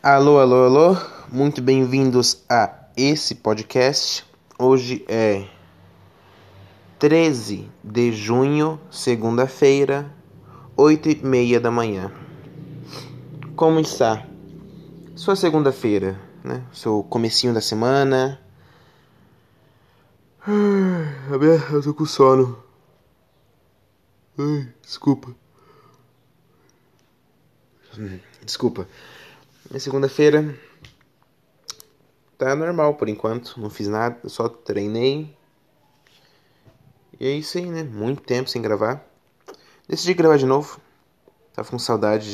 Alô, alô, alô, muito bem-vindos a esse podcast. Hoje é 13 de junho, segunda-feira, 8h30 da manhã. Como está sua segunda-feira, né? Seu comecinho da semana? Eu tô com sono. Desculpa. Desculpa. Minha segunda-feira tá normal por enquanto. Não fiz nada, só treinei. E é isso aí, né? Muito tempo sem gravar. Decidi gravar de novo. Tava com saudade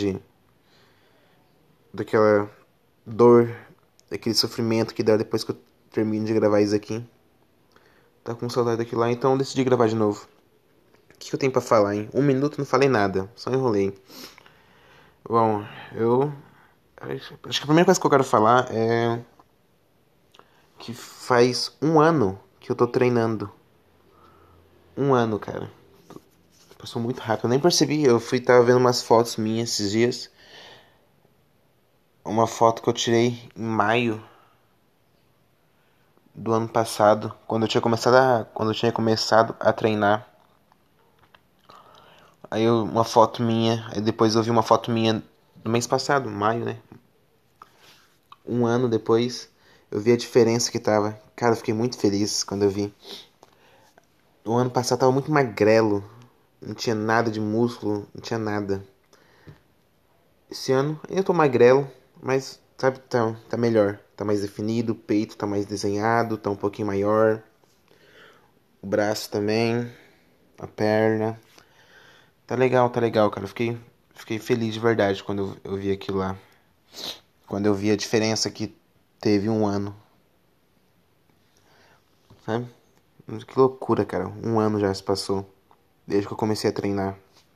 daquela dor, daquele sofrimento que dá depois que eu termino de gravar isso aqui. Tava com saudade daquilo lá, então decidi gravar de novo. O que eu tenho pra falar, hein? 1 minuto não falei nada, só enrolei. Bom, eu acho que a primeira coisa que eu quero falar é que faz 1 ano que eu tô treinando. 1 ano, cara. Passou muito rápido, eu nem percebi. Tava vendo umas fotos minhas esses dias. Uma foto que eu tirei em maio do ano passado, quando eu tinha começado a treinar. Uma foto minha, aí depois eu vi uma foto minha do mês passado, maio, né? 1 ano depois, eu vi a diferença que tava. Cara, eu fiquei muito feliz quando eu vi. O ano passado eu tava muito magrelo, não tinha nada de músculo, não tinha nada. Esse ano eu tô magrelo, mas sabe, tá melhor. Tá mais definido, o peito tá mais desenhado, tá um pouquinho maior. O braço também, a perna. Tá legal, cara. Fiquei feliz de verdade quando eu vi aquilo lá. Quando eu vi a diferença que teve 1 ano. Sabe? Que loucura, cara. 1 ano já se passou. Desde que eu comecei a treinar.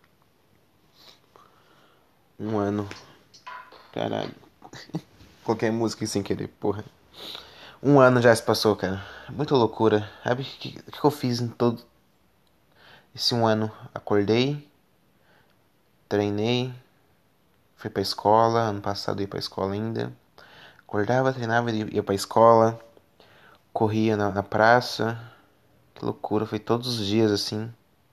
1 ano. Caralho. Coloquei música sem querer, porra. 1 ano já se passou, cara. Muita loucura. Sabe o que eu fiz em todo esse 1 ano? Acordei, treinei, fui pra escola. Ano passado eu ia pra escola ainda. Acordava, treinava, ia pra escola. Corria na praça. Que loucura, foi todos os dias assim.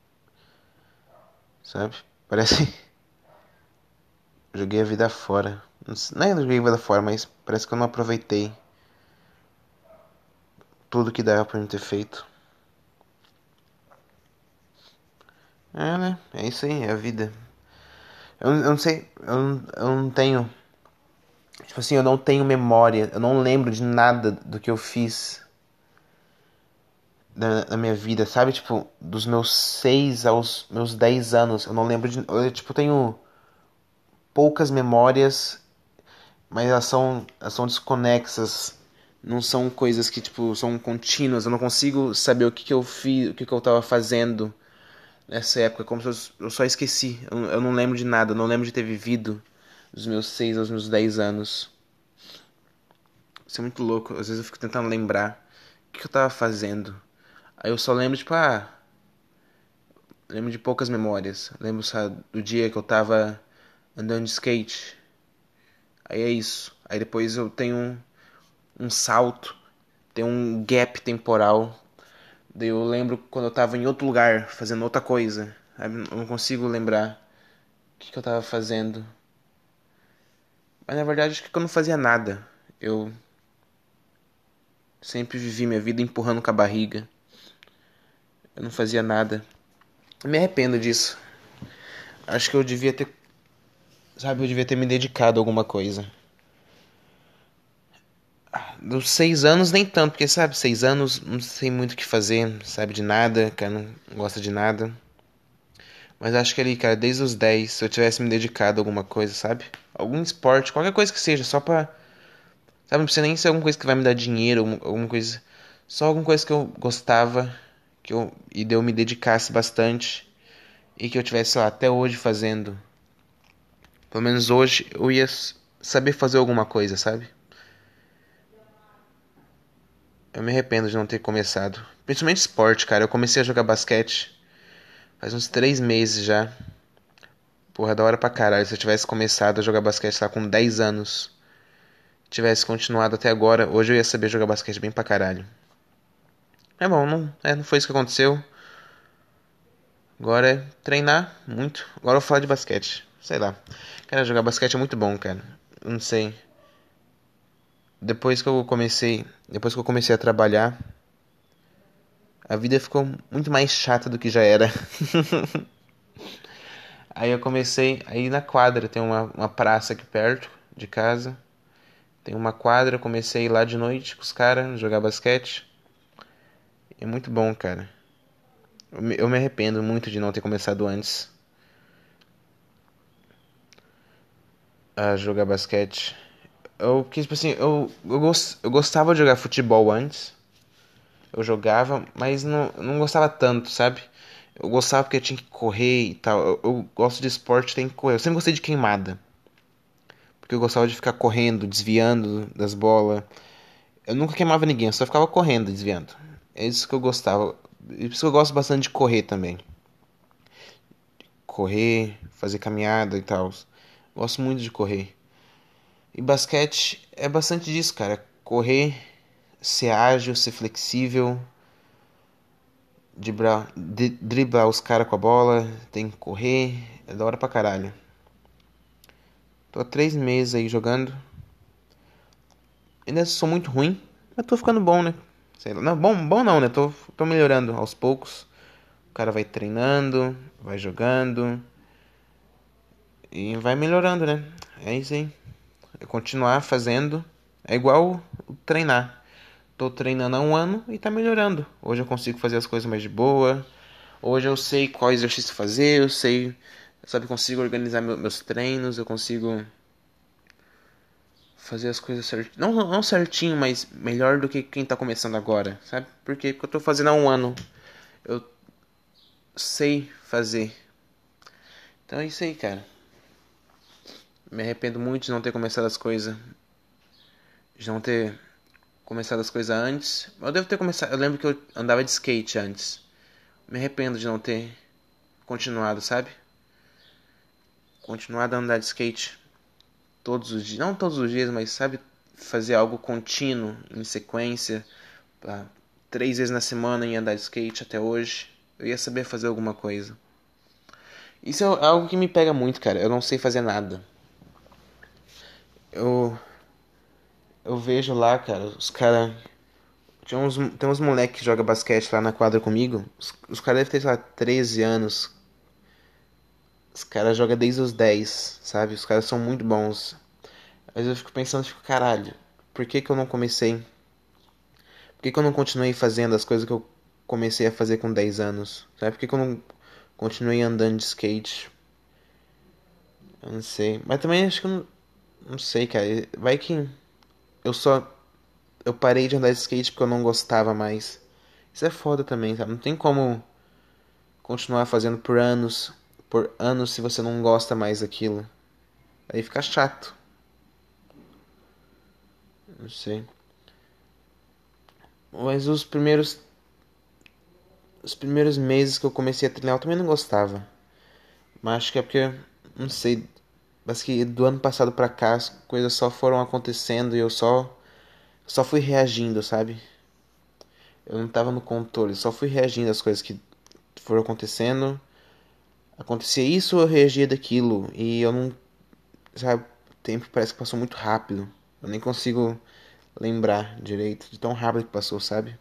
Sabe? Parece. Joguei a vida fora. Não é que eu joguei a vida fora, mas parece que eu não aproveitei tudo que dava pra mim ter feito. É, né? É isso aí, é a vida. Eu não sei, eu não tenho. Tipo assim, eu não tenho memória, eu não lembro de nada do que eu fiz na minha vida, sabe? Tipo, dos meus 6 aos meus 10 anos, eu não lembro de. Eu, tipo, tenho poucas memórias, mas elas são desconexas. Não são coisas que, tipo, são contínuas. Eu não consigo saber o que que eu fiz, o que que eu tava fazendo nessa época. Como se eu só esqueci. Eu não lembro de nada. Eu não lembro de ter vivido dos meus 6 aos meus 10 anos. Isso é muito louco. Às vezes eu fico tentando lembrar o que eu tava fazendo. Aí eu só lembro, tipo, lembro de poucas memórias. Lembro, sabe, do dia que eu tava andando de skate. Aí é isso. Aí depois eu tenho um salto. Tem um gap temporal. Daí eu lembro quando eu tava em outro lugar, fazendo outra coisa. Eu não consigo lembrar o que eu tava fazendo. Mas na verdade acho que eu não fazia nada. Eu sempre vivi minha vida empurrando com a barriga. Eu não fazia nada. Eu me arrependo disso. Acho que eu devia ter, sabe, eu devia ter me dedicado a alguma coisa. Dos 6 anos nem tanto, porque sabe, 6 anos não sei muito o que fazer, não sabe de nada, cara, não gosta de nada. Mas acho que ali, cara, desde os 10, se eu tivesse me dedicado a alguma coisa, sabe? Algum esporte, qualquer coisa que seja, só pra. Sabe, não precisa nem ser alguma coisa que vai me dar dinheiro, alguma coisa. Só alguma coisa que eu gostava, e daí eu me dedicasse bastante. E que eu tivesse, sei lá, até hoje fazendo. Pelo menos hoje eu ia saber fazer alguma coisa, sabe? Eu me arrependo de não ter começado. Principalmente esporte, cara. Eu comecei a jogar basquete faz uns 3 meses já. Porra, da hora pra caralho. Se eu tivesse começado a jogar basquete lá com 10 anos, tivesse continuado até agora, hoje eu ia saber jogar basquete bem pra caralho. É bom, não foi isso que aconteceu. Agora é treinar muito. Agora eu vou falar de basquete. Sei lá. Cara, jogar basquete é muito bom, cara. Eu não sei. Depois que eu comecei a trabalhar, a vida ficou muito mais chata do que já era. Aí eu comecei a ir na quadra, tem uma praça aqui perto de casa. Tem uma quadra, eu comecei a ir lá de noite com os caras, jogar basquete. É muito bom, cara. Eu me arrependo muito de não ter começado antes a jogar basquete. Tipo assim, eu gostava de jogar futebol antes. Eu jogava, mas não gostava tanto, sabe? Eu gostava porque eu tinha que correr e tal. Eu gosto de esporte, tem que correr. Eu sempre gostei de queimada. Porque eu gostava de ficar correndo, desviando das bolas. Eu nunca queimava ninguém, eu só ficava correndo, desviando. É isso que eu gostava. E por isso que eu gosto bastante de correr também. Correr, fazer caminhada e tal. Gosto muito de correr. E basquete é bastante disso, cara. Correr, ser ágil, ser flexível, driblar os caras com a bola, tem que correr. É da hora pra caralho. Tô há 3 meses aí jogando. Ainda sou muito ruim, mas tô ficando bom, né? Sei lá. Não, bom não, né? Tô melhorando aos poucos. O cara vai treinando, vai jogando e vai melhorando, né? É isso aí. É continuar fazendo. É igual treinar. Tô treinando há um ano e tá melhorando. Hoje eu consigo fazer as coisas mais de boa. Hoje eu sei qual exercício fazer, eu sei, sabe, consigo organizar meus treinos, eu consigo fazer as coisas certinho. Não certinho, mas melhor do que quem tá começando agora, sabe? Por quê? Porque eu tô fazendo há um ano. Eu sei fazer. Então é isso aí, cara. Me arrependo muito de não ter começado as coisas. De não ter começado as coisas antes. Eu devo ter começado. Eu lembro que eu andava de skate antes. Me arrependo de não ter continuado, sabe? Continuado a andar de skate todos os dias. Não todos os dias, mas sabe? Fazer algo contínuo, em sequência. 3 vezes na semana em andar de skate até hoje. Eu ia saber fazer alguma coisa. Isso é algo que me pega muito, cara. Eu não sei fazer nada. Eu, eu vejo lá, cara, os caras. Tem uns moleques que jogam basquete lá na quadra comigo. Os caras devem ter, sei lá, 13 anos. Os caras jogam desde os 10, sabe? Os caras são muito bons. Mas eu fico pensando, caralho, por que que eu não comecei? Por que que eu não continuei fazendo as coisas que eu comecei a fazer com 10 anos? Sabe? Por que que eu não continuei andando de skate? Eu não sei. Mas também acho que eu não sei, cara. Vai que eu só. Eu parei de andar de skate porque eu não gostava mais. Isso é foda também, sabe? Não tem como continuar fazendo por anos se você não gosta mais daquilo. Aí fica chato. Não sei. Mas os primeiros meses que eu comecei a treinar eu também não gostava. Mas acho que é porque, não sei, mas que do ano passado pra cá as coisas só foram acontecendo e eu só fui reagindo, sabe? Eu não tava no controle, só fui reagindo às coisas que foram acontecendo. Acontecia isso, eu reagia daquilo e eu não, sabe, o tempo parece que passou muito rápido. Eu nem consigo lembrar direito de tão rápido que passou, sabe?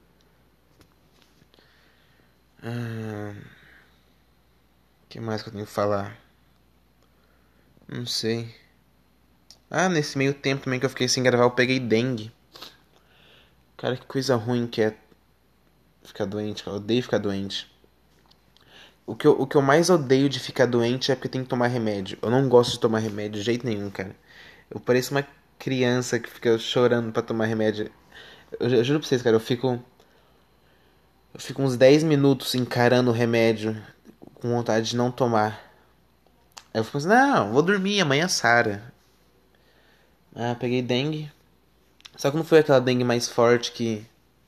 Ah, o que mais que eu tenho que falar? Não sei. Ah, nesse meio tempo também que eu fiquei sem gravar, eu peguei dengue. Cara, que coisa ruim que é ficar doente, cara. Eu odeio ficar doente. O que eu mais odeio de ficar doente é porque tem que tomar remédio. Eu não gosto de tomar remédio de jeito nenhum, cara. Eu pareço uma criança que fica chorando pra tomar remédio. Eu juro pra vocês, cara, eu fico uns 10 minutos encarando o remédio com vontade de não tomar. Aí eu fico assim, não, vou dormir, amanhã sara. Ah, peguei dengue. Só que não foi aquela dengue mais forte que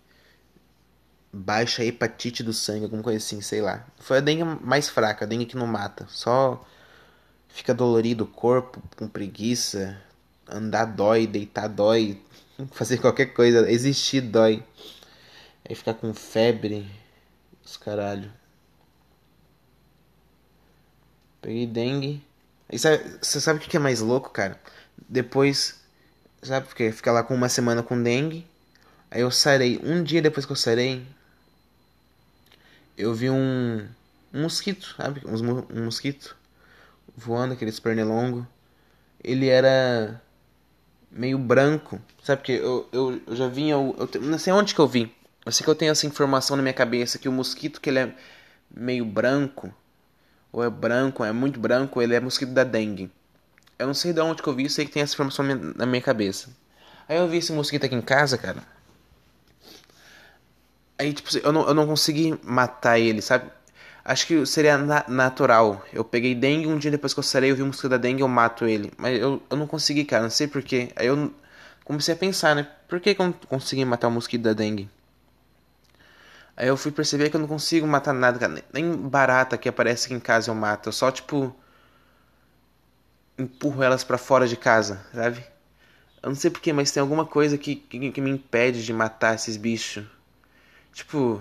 baixa a hepatite do sangue, alguma coisa assim, sei lá. Foi a dengue mais fraca, a dengue que não mata. Só fica dolorido o corpo, com preguiça. Andar dói, deitar dói, fazer qualquer coisa, existir dói. Aí ficar com febre, os caralho. Peguei dengue. E você sabe o que é mais louco, cara? Depois, sabe porque ficar lá com uma semana com dengue. Aí eu sarei. Um dia depois que eu sarei, eu vi um mosquito, sabe? Um mosquito voando, aqueles pernilongo. Ele era meio branco, sabe? Porque eu já vi, não sei onde que eu vi. Eu sei que eu tenho essa informação na minha cabeça que o mosquito que ele é meio branco, ou é branco, é muito branco, ele é mosquito da dengue. Eu não sei de onde que eu vi, eu sei que tem essa informação na minha cabeça. Aí eu vi esse mosquito aqui em casa, cara. Aí, tipo, eu não consegui matar ele, sabe? Acho que seria natural. Eu peguei dengue, um dia depois que eu sarei, eu vi um mosquito da dengue, eu mato ele. Mas eu não consegui, cara, não sei porquê. Aí eu comecei a pensar, né? Por que eu não consegui matar o mosquito da dengue? Aí eu fui perceber que eu não consigo matar nada, cara. Nem barata que aparece aqui em casa eu mato. Eu só, tipo, empurro elas pra fora de casa, sabe? Eu não sei porquê, mas tem alguma coisa que me impede de matar esses bichos. Tipo,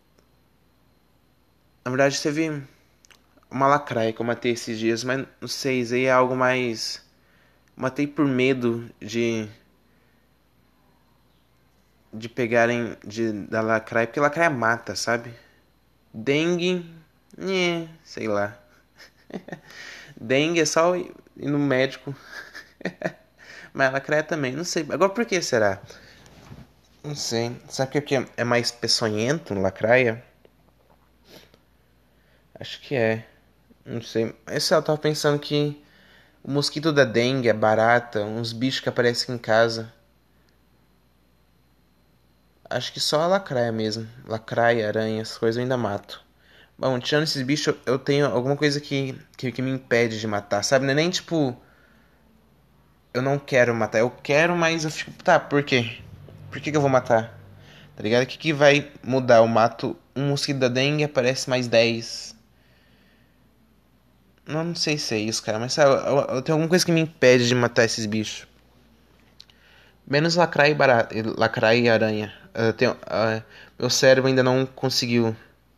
na verdade teve uma lacraia que eu matei esses dias, mas não sei, isso aí é algo mais. Matei por medo de pegarem da lacraia, porque lacraia mata, sabe? Dengue, sei lá. Dengue é só ir no médico. Mas lacraia também, não sei. Agora por que será? Não sei. Sabe o que é mais peçonhento no lacraia? Acho que é. Não sei. Mas eu tava pensando que o mosquito da dengue, a barata, uns bichos que aparecem aqui em casa. Acho que só a lacraia mesmo. Lacraia, aranha, essas coisas eu ainda mato. Bom, tirando esses bichos, eu tenho alguma coisa que me impede de matar, sabe? Não é nem tipo, eu não quero matar. Eu quero, mas eu fico, tá, por quê? Por que eu vou matar? Tá ligado? O que vai mudar? Eu mato um mosquito da dengue e aparece mais 10. Não sei se é isso, cara, mas sabe, eu tenho alguma coisa que me impede de matar esses bichos. Menos lacraia e barata, lacraia e aranha. Meu cérebro ainda não conseguiu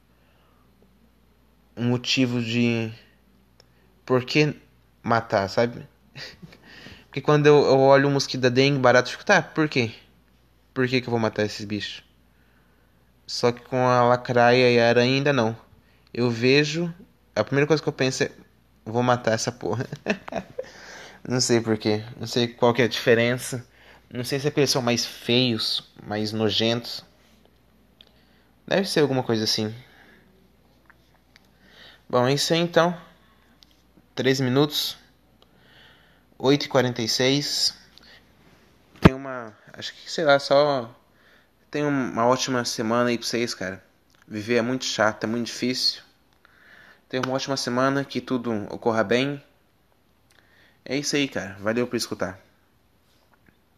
um motivo de por que matar, sabe? Porque quando eu olho um mosquito da dengue, barato, eu fico, tá, por quê? Por que eu vou matar esses bichos? Só que com a lacraia e a aranha ainda não. Eu vejo, a primeira coisa que eu penso é, vou matar essa porra. Não sei por quê, não sei qual que é a diferença. Não sei se é porque eles são mais feios, mais nojentos. Deve ser alguma coisa assim. Bom, é isso aí então. 13 minutos. 8h46. Tem uma. Acho que, sei lá, só. Tem uma ótima semana aí pra vocês, cara. Viver é muito chato, é muito difícil. Tenha uma ótima semana, que tudo ocorra bem. É isso aí, cara. Valeu por escutar.